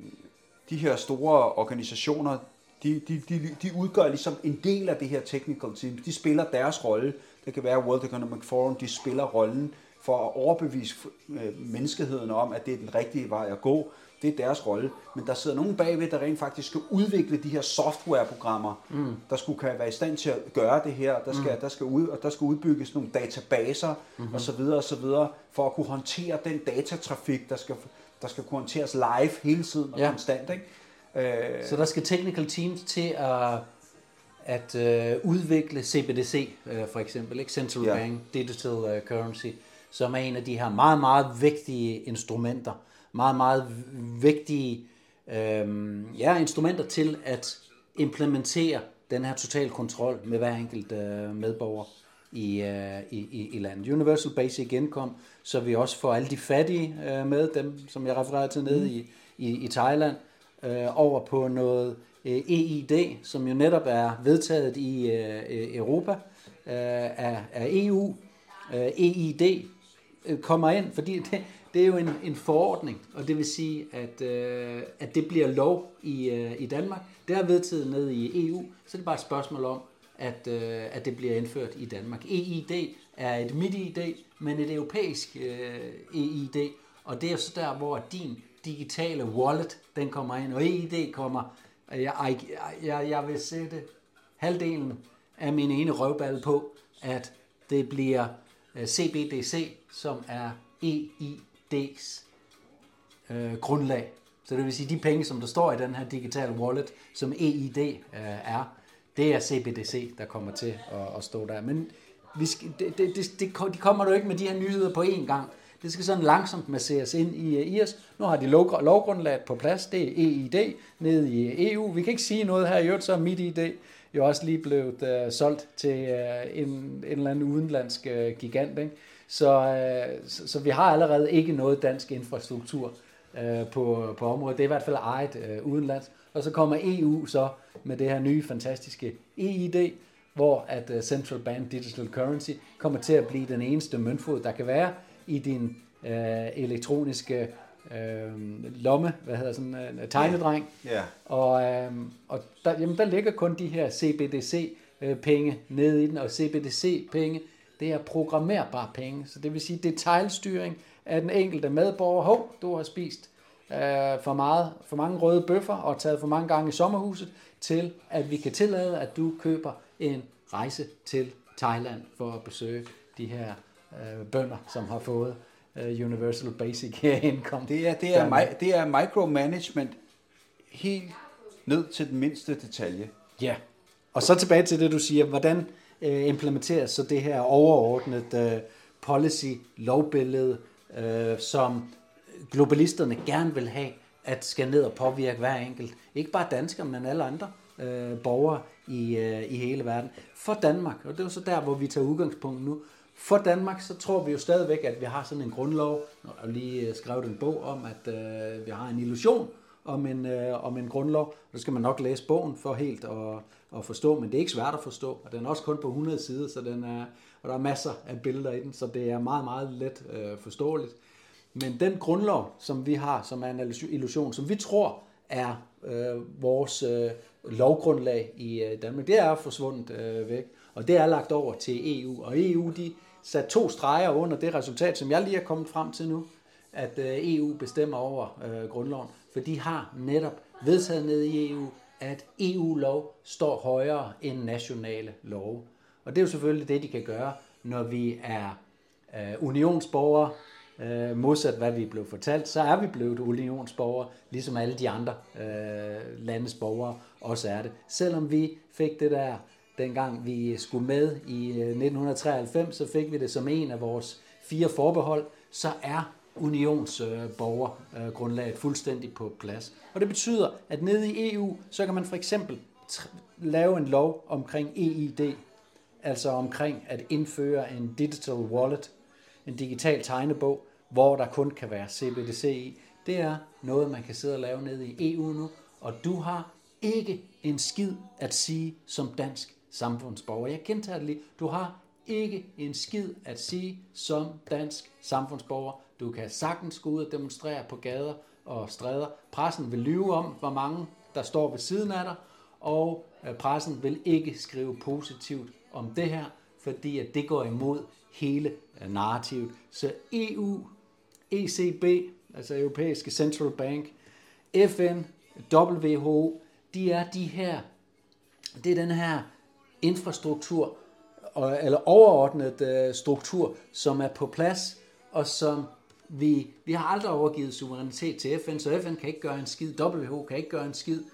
de her store organisationer, de, de, de, de udgør ligesom en del af det her technical teams. De spiller deres rolle. Det kan være World Economic Forum, de spiller rollen for at overbevise menneskeheden om, at det er den rigtige vej at gå. Det er deres rolle. Men der sidder nogen bagved, der rent faktisk skal udvikle de her softwareprogrammer, mm. der skulle kan være i stand til at gøre det her. Der skal, mm. der skal, ud, og der skal udbygges nogle databaser mm-hmm. osv. osv. for at kunne håndtere den datatrafik, der skal, der skal kunne håndteres live hele tiden og ja. konstant. Ikke? Øh, Så der skal technical teams til at, at øh, udvikle C B D C, øh, for eksempel, ikke? Central ja. Bank Digital uh, Currency, som er en af de her meget, meget vigtige instrumenter, meget, meget vigtige øhm, ja, instrumenter til at implementere den her total kontrol med hver enkelt øh, medborger i, øh, i, i landet. Universal Basic Income, så vi også får alle de fattige øh, med, dem som jeg refererede til nede mm. i, i, i Thailand, øh, over på noget øh, E I D, som jo netop er vedtaget i øh, Europa øh, af, af E U. Øh, E I D øh, kommer ind, fordi det Det er jo en, en forordning, og det vil sige, at, øh, at det bliver lov i, øh, i Danmark. Det er vedtaget ned i E U, så det er bare et spørgsmål om, at, øh, at det bliver indført i Danmark. E I D er et MitID, men et europæisk øh, E I D, og det er så der, hvor din digitale wallet, den kommer ind, og E I D kommer, jeg, jeg, jeg vil sætte halvdelen af min ene røvballe på, at det bliver C B D C, som er E I D's øh, grundlag. Så det vil sige, de penge, som der står i den her digitale wallet, som E I D øh, er, det er C B D C, der kommer til at, at stå der. Men vi skal, det, det, det, de kommer jo ikke med de her nyheder på én gang. Det skal sådan langsomt masseres ind i, i os. Nu har de lov, lovgrundlaget på plads, det er E I D nede i E U. Vi kan ikke sige noget her i øvrigt, så er MitID jo også lige blevet øh, solgt til øh, en, en eller anden udenlandsk øh, gigant, ikke? Så, øh, så, så vi har allerede ikke noget dansk infrastruktur øh, på, på området. Det er i hvert fald ejet øh, udenlands. Og så kommer E U så med det her nye fantastiske E I D, hvor at uh, Central Bank Digital Currency kommer til at blive den eneste møntfod, der kan være i din øh, elektroniske øh, lomme, hvad hedder sådan, øh, tegnedreng. Yeah. Og, øh, og der, jamen, der ligger kun de her C B D C-penge nede i den, og C B D C-penge, det er programmerbare penge, så det vil sige detailstyring af den enkelte medborger. Hov, du har spist øh, for meget, for mange røde bøffer og taget for mange gange i sommerhuset, til at vi kan tillade, at du køber en rejse til Thailand for at besøge de her øh, bønder, som har fået øh, Universal Basic Income. Det er, det, er mi- det er micromanagement helt ned til den mindste detalje. Ja, og så tilbage til det, du siger, hvordan implementeres så det her overordnet øh, policy, lovbillede, øh, som globalisterne gerne vil have, at skal ned og påvirke hver enkelt. Ikke bare danskere, men alle andre øh, borgere i, øh, i hele verden. For Danmark, og det er jo så der, hvor vi tager udgangspunkt nu. For Danmark, så tror vi jo stadigvæk, at vi har sådan en grundlov, og lige skrevet en bog om, at øh, vi har en illusion om en, øh, om en grundlov. Så skal man nok læse bogen for helt at, at forstå, men det er ikke svært at forstå. Og den er også kun på hundrede sider, så den er, og der er masser af billeder i den, så det er meget, meget let øh, forståeligt. Men den grundlov, som vi har, som er en illusion, som vi tror er øh, vores øh, lovgrundlag i øh, Danmark, det er forsvundet øh, væk. Og det er lagt over til E U. Og E U, de satte to streger under det resultat, som jeg lige er kommet frem til nu, at øh, E U bestemmer over øh, grundloven. For de har netop vedtaget ned i E U, at E U-lov står højere end nationale love. Og det er jo selvfølgelig det, de kan gøre, når vi er øh, unionsborgere. Øh, modsat hvad vi er blevet fortalt, så er vi blevet unionsborgere, ligesom alle de andre øh, landes borgere også er det. Selvom vi fik det der, dengang vi skulle med i nitten treoghalvfems, så fik vi det som en af vores fire forbehold, så er unionsborgergrundlaget øh, fuldstændig på plads. Og det betyder, at nede i E U, så kan man for eksempel tr- lave en lov omkring E I D, altså omkring at indføre en digital wallet, en digital tegnebog, hvor der kun kan være C B D C i. Det er noget, man kan sidde og lave nede i E U nu, og du har ikke en skid at sige som dansk samfundsborger. Jeg gentager det lige. Du har ikke en skid at sige som dansk samfundsborger. Du kan sagtens gå ud og demonstrere på gader og stræder. Pressen vil lyve om, hvor mange der står ved siden af dig, og pressen vil ikke skrive positivt om det her, fordi at det går imod hele narrativet. Så E U, E C B, altså Europæiske Central Bank, F N, W H O, de er de her, det er den her infrastruktur, eller overordnet struktur, som er på plads, og som vi, vi har aldrig overgivet suverænitet til F N, så F N kan ikke gøre en skid, W H O kan ikke gøre en skid,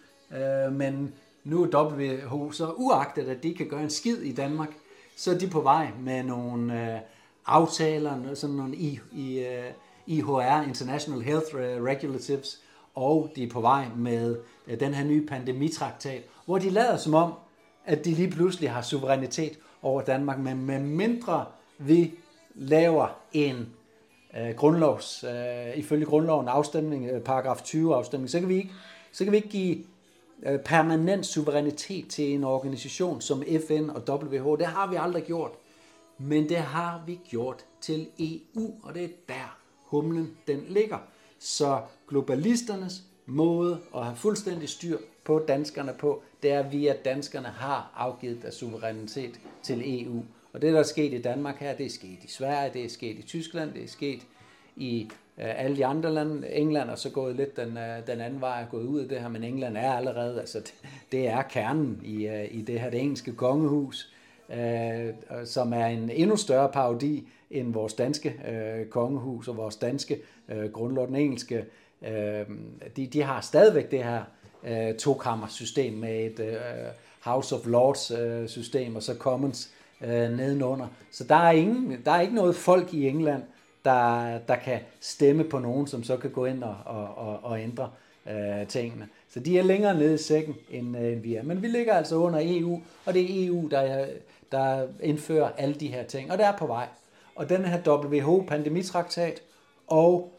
men nu er W H O så uagtet, at de kan gøre en skid i Danmark, så er de på vej med nogle øh, aftaler, sådan nogle I, I, uh, I H R, International Health Regulatives, og de er på vej med øh, den her nye pandemitraktat, hvor de lader som om, at de lige pludselig har suverænitet over Danmark, men med mindre vi laver en øh, grundlovs, øh, ifølge grundloven afstemning, øh, paragraf tyve afstemning, så kan vi ikke, så kan vi ikke give permanent suverænitet til en organisation som F N og W H O. Det har vi aldrig gjort, men det har vi gjort til E U, og det er der humlen den ligger. Så globalisternes måde at have fuldstændig styr på danskerne på, det er via at danskerne har afgivet deres suverænitet til E U. Og det der er sket i Danmark her, det er sket i Sverige, det er sket i Tyskland, det er sket i alle de andre lande. England er så gået lidt den, den anden vej, er gået ud af det her, men England er allerede, altså det, det er kernen i, i det her, det engelske kongehus, øh, som er en endnu større parodi end vores danske øh, kongehus og vores danske øh, grundlov. Den engelske, øh, de, de har stadigvæk det her øh, tokammersystem med et øh, House of Lords øh, system, og så Commons øh, nedenunder. Så der er, ingen, der er ikke noget folk i England, Der, der kan stemme på nogen, som så kan gå ind og, og, og, og ændre øh, tingene. Så de er længere nede i sækken, end, øh, end vi er. Men vi ligger altså under E U, og det er E U, der, der indfører alle de her ting, og det er på vej. Og den her W H O-pandemitraktat og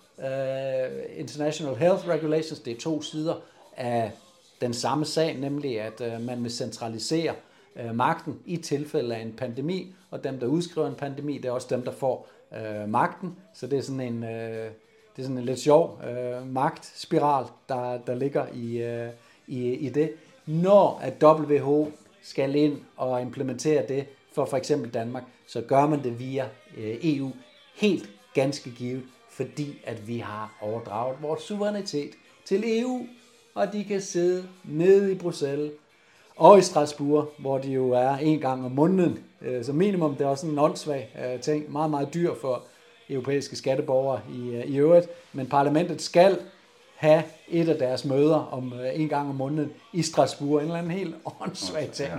øh, International Health Regulations, det er to sider af den samme sag, nemlig at øh, man vil centralisere øh, magten i tilfælde af en pandemi, og dem, der udskriver en pandemi, det er også dem, der får Øh, magten, så det er sådan en, øh, det er sådan en lidt sjov øh, magtspiral, der, der ligger i, øh, i, i det. Når at W H O skal ind og implementere det for for eksempel Danmark, så gør man det via øh, E U, helt ganske givet, fordi at vi har overdraget vores suverænitet til E U, og de kan sidde nede i Bruxelles og i Strasbourg, hvor de jo er en gang om måneden. Så minimum, det er også en åndssvag ting, meget, meget dyr for europæiske skatteborgere i, i øvrigt. Men parlamentet skal have et af deres møder om en gang om måneden i Strasbourg. En eller anden helt åndssvag ting.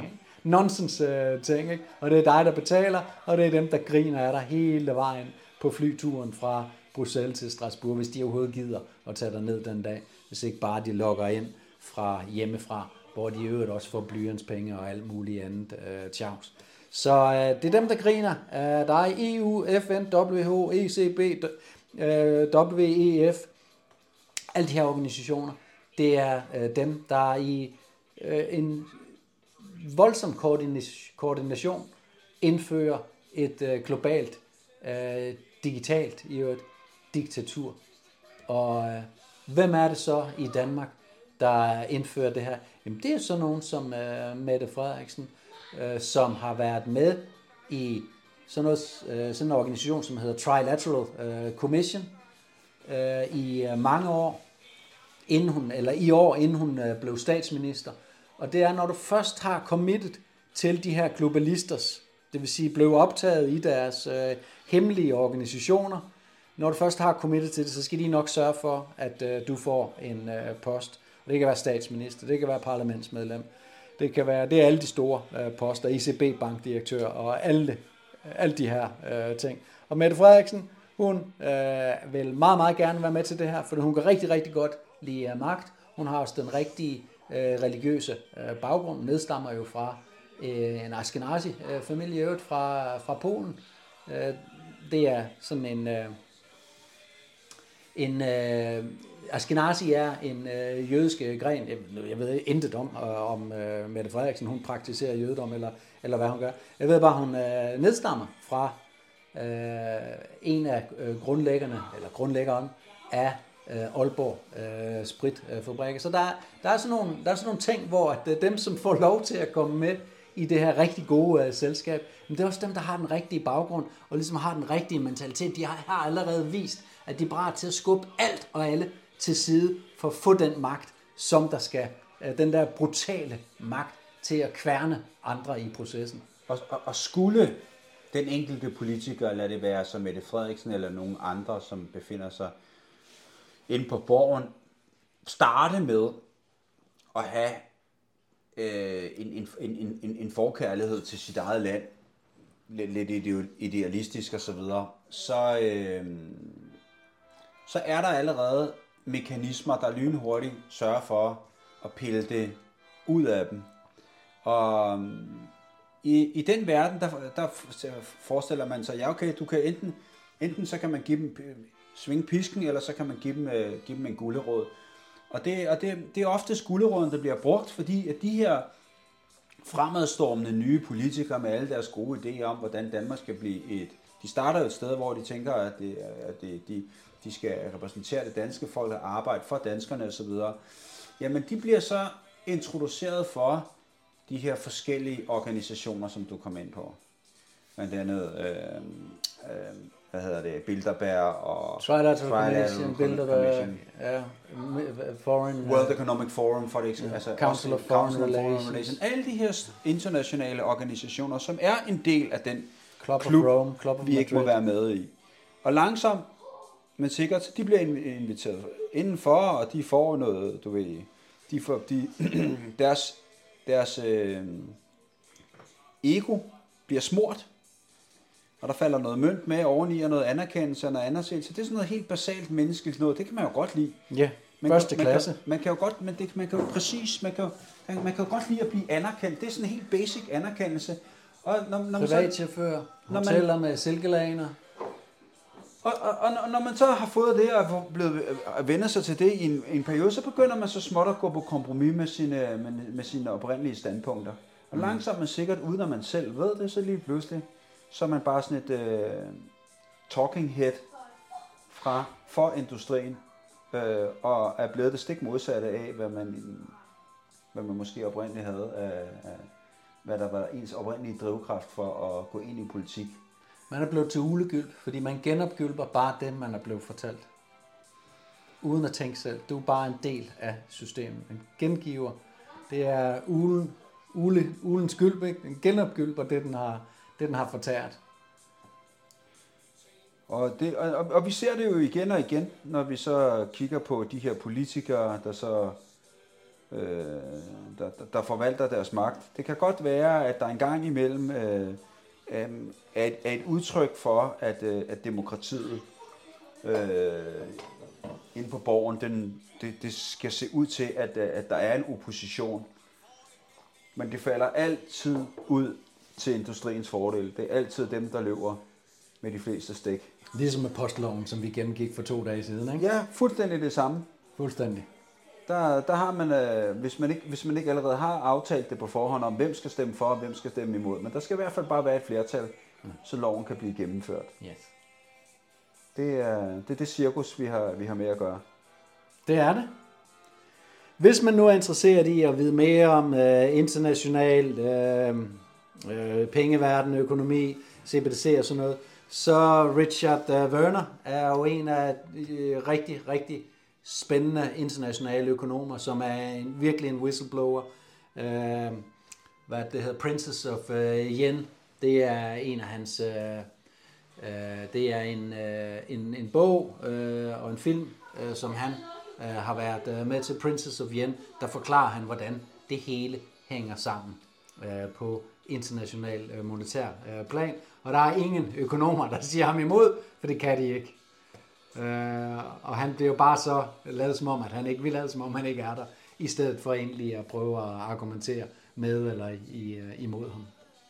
nonsens øh, ting, ikke? Og det er dig, der betaler, og det er dem, der griner af dig hele vejen på flyturen fra Bruxelles til Strasbourg, hvis de overhovedet gider at tage dig ned den dag, hvis ikke bare de logger ind fra hjemmefra, hvor de i øvrigt også får blyantspenge og alt muligt andet øh, tjavs. Så øh, det er dem, der griner. Øh, der er E U, F N, W H O, E C B, øh, W E F, alle de her organisationer. Det er øh, dem, der er i øh, en voldsom koordination indfører et øh, globalt, øh, digitalt i et diktatur. Og øh, hvem er det så i Danmark, der indfører det her? Jamen det er så nogen som øh, Mette Frederiksen, øh, som har været med i sådan, noget, øh, sådan en organisation, som hedder Trilateral øh, Commission øh, i øh, mange år, inden hun, eller i år, inden hun øh, blev statsminister. Og det er, når du først har committed til de her globalisters, det vil sige blev optaget i deres øh, hemmelige organisationer, når du først har committed til det, så skal de nok sørge for, at øh, du får en øh, post. Det kan være statsminister, det kan være parlamentsmedlem, det kan være, det er alle de store øh, poster, E C B-bankdirektør og alle, alle de her øh, ting. Og Mette Frederiksen, hun øh, vil meget, meget gerne være med til det her, for hun kan rigtig, rigtig godt lide uh, magt. Hun har også den rigtige øh, religiøse øh, baggrund. Hun nedstammer jo fra øh, en Ashkenazi-familie øh, øvrigt fra, fra Polen. Øh, det er sådan en... Øh, en øh, Ashkenazi er en øh, jødisk gren. Jeg, jeg ved intet om, øh, om øh, Mette Frederiksen, hun praktiserer jødedom, eller, eller hvad hun gør. Jeg ved bare, hun øh, nedstammer fra øh, en af øh, grundlæggerne, eller grundlæggeren af øh, Aalborg øh, Spritfabrikker. Så der, der, er sådan nogle, der er sådan nogle ting, hvor at, øh, dem, som får lov til at komme med i det her rigtig gode øh, selskab, men det er også dem, der har den rigtige baggrund, og ligesom har den rigtige mentalitet. De har, har allerede vist, at de er bare til at skubbe alt og alle til side for at få den magt, som der skal, øh, den der brutale magt til at kværne andre i processen. Og, og, og skulle den enkelte politiker, lad det være som Mette Frederiksen eller nogen andre, som befinder sig inde på borgen, starte med at have øh, en, en, en, en, en forkærlighed til sit eget land, lidt, lidt idealistisk osv., så, så, øh, så er der allerede mekanismer, der lynhurtigt sørger for at pille det ud af dem. Og i, i den verden, der, der forestiller man sig, ja okay, du kan enten, enten så kan man give dem svinge pisken, eller så kan man give dem, uh, give dem en gulerod. Og, det, og det, det er ofte guleroden, der bliver brugt, fordi at de her fremadstormende nye politikere med alle deres gode idéer om, hvordan Danmark skal blive et... De starter jo et sted, hvor de tænker, at, det, at det, de, de skal repræsentere det danske folk og arbejde for danskerne osv. Jamen, de bliver så introduceret for de her forskellige organisationer, som du kom ind på. Blandt andet, øh, øh, hvad hedder det, Bilderberg og... Trilateral Commission, Bilderberg, ja, Foreign... World Economic Forum, for det eksempel. Yeah, altså Council of Foreign, Foreign Relations. Relations. Alle de her internationale organisationer, som er en del af den Club, klub, of Rome, Club of vi ikke må være med i. Og langsomt, men sikkert, de bliver inviteret indenfor, og de får noget, du ved, de får, de, deres, deres øh, ego bliver smurt, og der falder noget mønt med oveni, og noget anerkendelse og noget anerkendelse. Det er sådan noget helt basalt menneskeligt noget, det kan man jo godt lide. Ja, man første kan, klasse. Man kan, man kan jo godt, men det, man kan jo præcis, man kan jo, man kan jo godt lide at blive anerkendt. Det er sådan en helt basic anerkendelse. Og når, når privatchauffør, hoteller med silkelaner. Og, og, og når man så har fået det og blevet vendt sig til det i en, en periode, så begynder man så småt at gå på kompromis med sine, med, med sine oprindelige standpunkter. Og mm. langsomt men sikkert, uden at man selv ved det, så lige pludselig, så er man bare sådan et uh, talking head fra for industrien, uh, og er blevet det stik modsatte af, hvad man, hvad man måske oprindeligt havde af, af hvad der var ens oprindelige drivkraft for at gå ind i politik. Man er blevet til ulegylp, fordi man genopgylper bare det, man er blevet fortalt. Uden at tænke selv. Du er bare en del af systemet. En gengiver, det er ulen, ule, ulens gylp, ikke? En genopgylper, det den har, det den har fortært. Og, det, og, og vi ser det jo igen og igen, når vi så kigger på de her politikere, der så øh, der, der forvalter deres magt. Det kan godt være, at der en gang imellem øh, øh, er, et, er et udtryk for, at, øh, at demokratiet øh, inde på borgen, den, det, det skal se ud til, at, at der er en opposition. Men det falder altid ud til industriens fordel. Det er altid dem, der løber med de fleste stik. Ligesom med postloven, som vi gennemgik for to dage siden, ikke? Ja, fuldstændig det samme. Fuldstændig. Der, der har man, øh, hvis, man ikke, hvis man ikke allerede har aftalt det på forhånd om, hvem skal stemme for og hvem skal stemme imod. Men der skal i hvert fald bare være et flertal, mm. så loven kan blive gennemført. Yes. Det er det, er det cirkus, vi har, vi har med at gøre. Det er det. Hvis man nu er interesseret i at vide mere om øh, international øh, øh, pengeverden, økonomi, C B D C og sådan noget, så Richard øh, Werner er jo en af øh, rigtig, rigtig spændende internationale økonomer, som er en, virkelig en whistleblower. Øh, hvad det hedder, Princess of øh, Yen, det er en af hans, øh, øh, det er en, øh, en, en bog øh, og en film, øh, som han øh, har været øh, med til, Princess of Yen, der forklarer han, hvordan det hele hænger sammen øh, på international øh, monetær øh, plan. Og der er ingen økonomer, der siger ham imod, for det kan de ikke. Øh, og han bliver jo bare så lavet som om, at han ikke vil lade som om, han ikke er der, i stedet for egentlig at prøve at argumentere med eller i, uh, imod ham.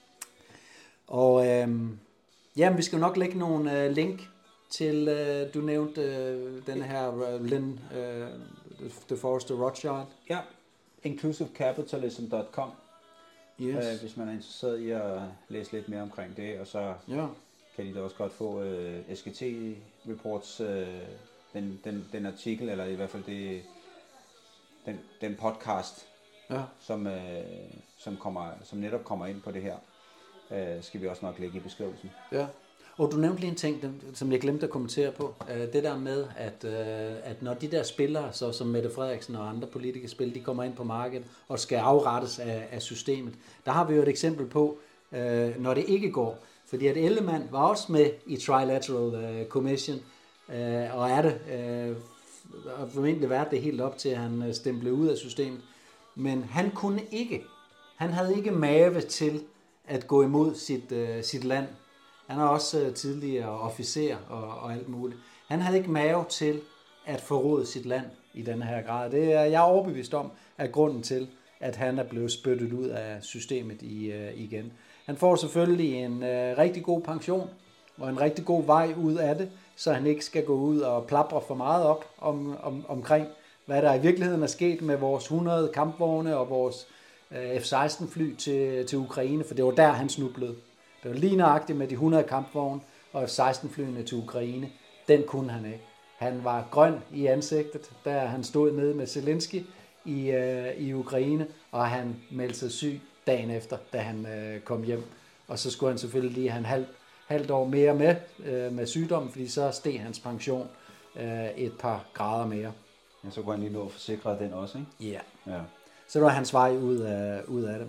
Og øh, jamen, vi skal nok lægge nogle uh, link til, uh, du nævnte uh, den her uh, Lynn uh, De Forester Rothschild. Ja, inclusive capitalism punktum com. Yes. Øh, hvis man er interesseret i at læse lidt mere omkring det, og så ja. kan de da også godt få øh, S G T Reports, øh, den, den, den artikel, eller i hvert fald det, den, den podcast, ja. som, øh, som, kommer, som netop kommer ind på det her, øh, skal vi også nok lægge i beskrivelsen. Ja. Og du nævnte lige en ting, som jeg glemte at kommentere på. Det der med, at, at når de der spillere, så som Mette Frederiksen og andre politiske spil, de kommer ind på markedet og skal afrettes af, af systemet. Der har vi jo et eksempel på, når det ikke går. Fordi at Ellemann var også med i Trilateral Commission, og er det, og formentlig været det helt op til, at han stemplede ud af systemet. Men han kunne ikke, han havde ikke mave til at gå imod sit, sit land. Han er også tidligere officer og, og alt muligt. Han havde ikke mave til at forråde sit land i denne her grad. Det er jeg er overbevist om, at grunden til, at han er blevet spyttet ud af systemet i, uh, igen. Han får selvfølgelig en uh, rigtig god pension og en rigtig god vej ud af det, så han ikke skal gå ud og plapre for meget op om, om, omkring, hvad der i virkeligheden er sket med vores hundrede kampvogne og vores uh, F seksten fly til, til Ukraine, for det var der, han snublede. Det var lige nøjagtigt med de hundrede kampvogne og F seksten flyene til Ukraine. Den kunne han ikke. Han var grøn i ansigtet, da han stod nede med Zelensky i, øh, i Ukraine, og han meldte sig syg dagen efter, da han øh, kom hjem. Og så skulle han selvfølgelig lige have en halv, halvt år mere med, øh, med sygdommen, fordi så steg hans pension øh, et par grader mere. Ja, så kunne han lige nå at forsikre den også, ikke? Yeah. Ja. Så det var hans vej ud af, ud af det.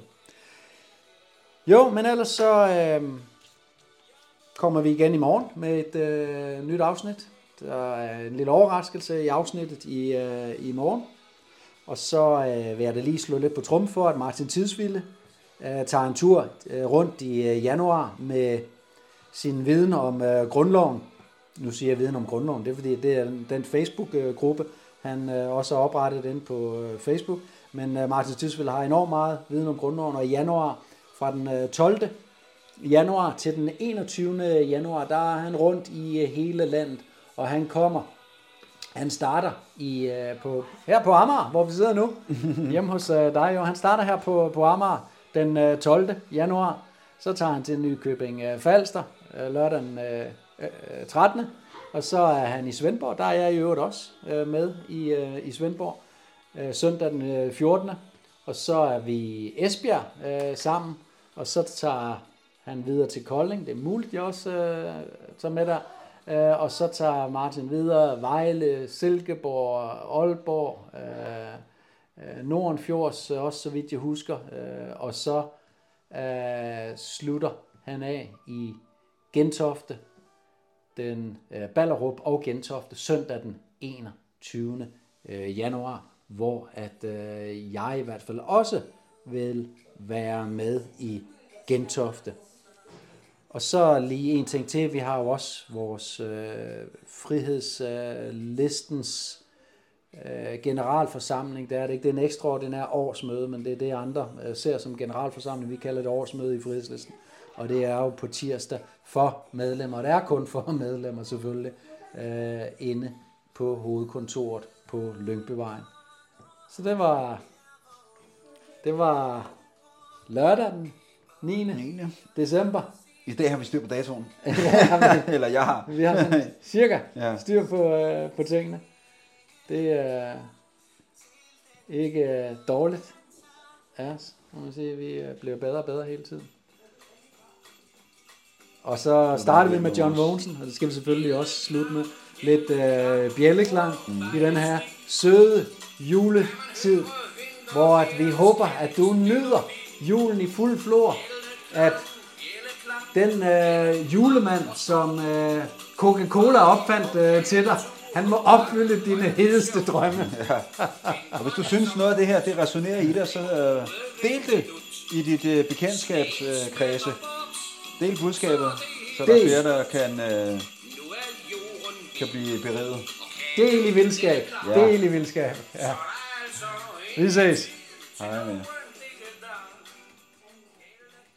Jo, men ellers så øh, kommer vi igen i morgen med et øh, nyt afsnit. Der er en lille overraskelse i afsnittet i, øh, i morgen. Og så øh, vil jeg da lige slå lidt på trum for, at Martin Tidsvilde øh, tager en tur øh, rundt i øh, januar med sin viden om øh, grundloven. Nu siger jeg viden om grundloven, det er fordi, det er den Facebook-gruppe, han øh, også har oprettet inde på øh, Facebook. Men øh, Martin Tidsvilde har enormt meget viden om grundloven, og i januar, fra den tolvte januar til den enogtyvende januar, der er han rundt i hele landet, og han kommer, han starter i, på, her på Amager, hvor vi sidder nu, hjemme hos dig jo. Han starter her på, på Amager den tolvte januar, så tager han til Nykøbing Falster lørdag den trettende, og så er han i Svendborg, der er jeg i øvrigt også med i, i Svendborg, søndag den fjortende, og så er vi i Esbjerg øh, sammen, og så tager han videre til Kolding. Det er muligt, jeg også øh, tager med der. Øh, og så tager Martin videre Vejle, Silkeborg, Aalborg, øh, øh, Nordenfjords, også så vidt jeg husker. Øh, og så øh, slutter han af i Gentofte, den øh, Ballerup og Gentofte, søndag den enogtyvende januar, hvor at øh, jeg i hvert fald også vil være med i Gentofte. Og så lige en ting til, vi har jo også vores øh, frihedslistens øh, generalforsamling, det er det ikke, det er en ekstraordinær årsmøde, men det er det andre øh, ser som generalforsamling, vi kalder det årsmøde i frihedslisten, og det er jo på tirsdag for medlemmer, og det er kun for medlemmer selvfølgelig, øh, inde på hovedkontoret på Lyngbyvejen. Så det var, det var lørdag den niende december. I dag har vi styr på datoen. Ja, men, Eller jeg har. vi har sådan cirka Ja. styr på, øh, på tingene. Det er ikke øh, dårligt af os, må man sige. Vi øh, bliver bedre og bedre hele tiden. Og så starter vi med John Mogensen, og det skal vi selvfølgelig også slutte med. Lidt øh, bjælleklang mm. i den her søde juletid, hvor at vi håber, at du nyder julen i fuld flor, at den øh, julemand, som øh, Coca-Cola opfandt øh, til dig, han må opfylde dine hedeste drømme. Ja. Og hvis du synes noget af det her, det resonerer i dig, så øh, del det i dit øh, bekendtskabskredse. Øh, del budskabet, så der er flere, der kan, øh, kan blive beriget. Del i vildskab. Ja. Del i vildskab. Ja. Vi ses. Hej med.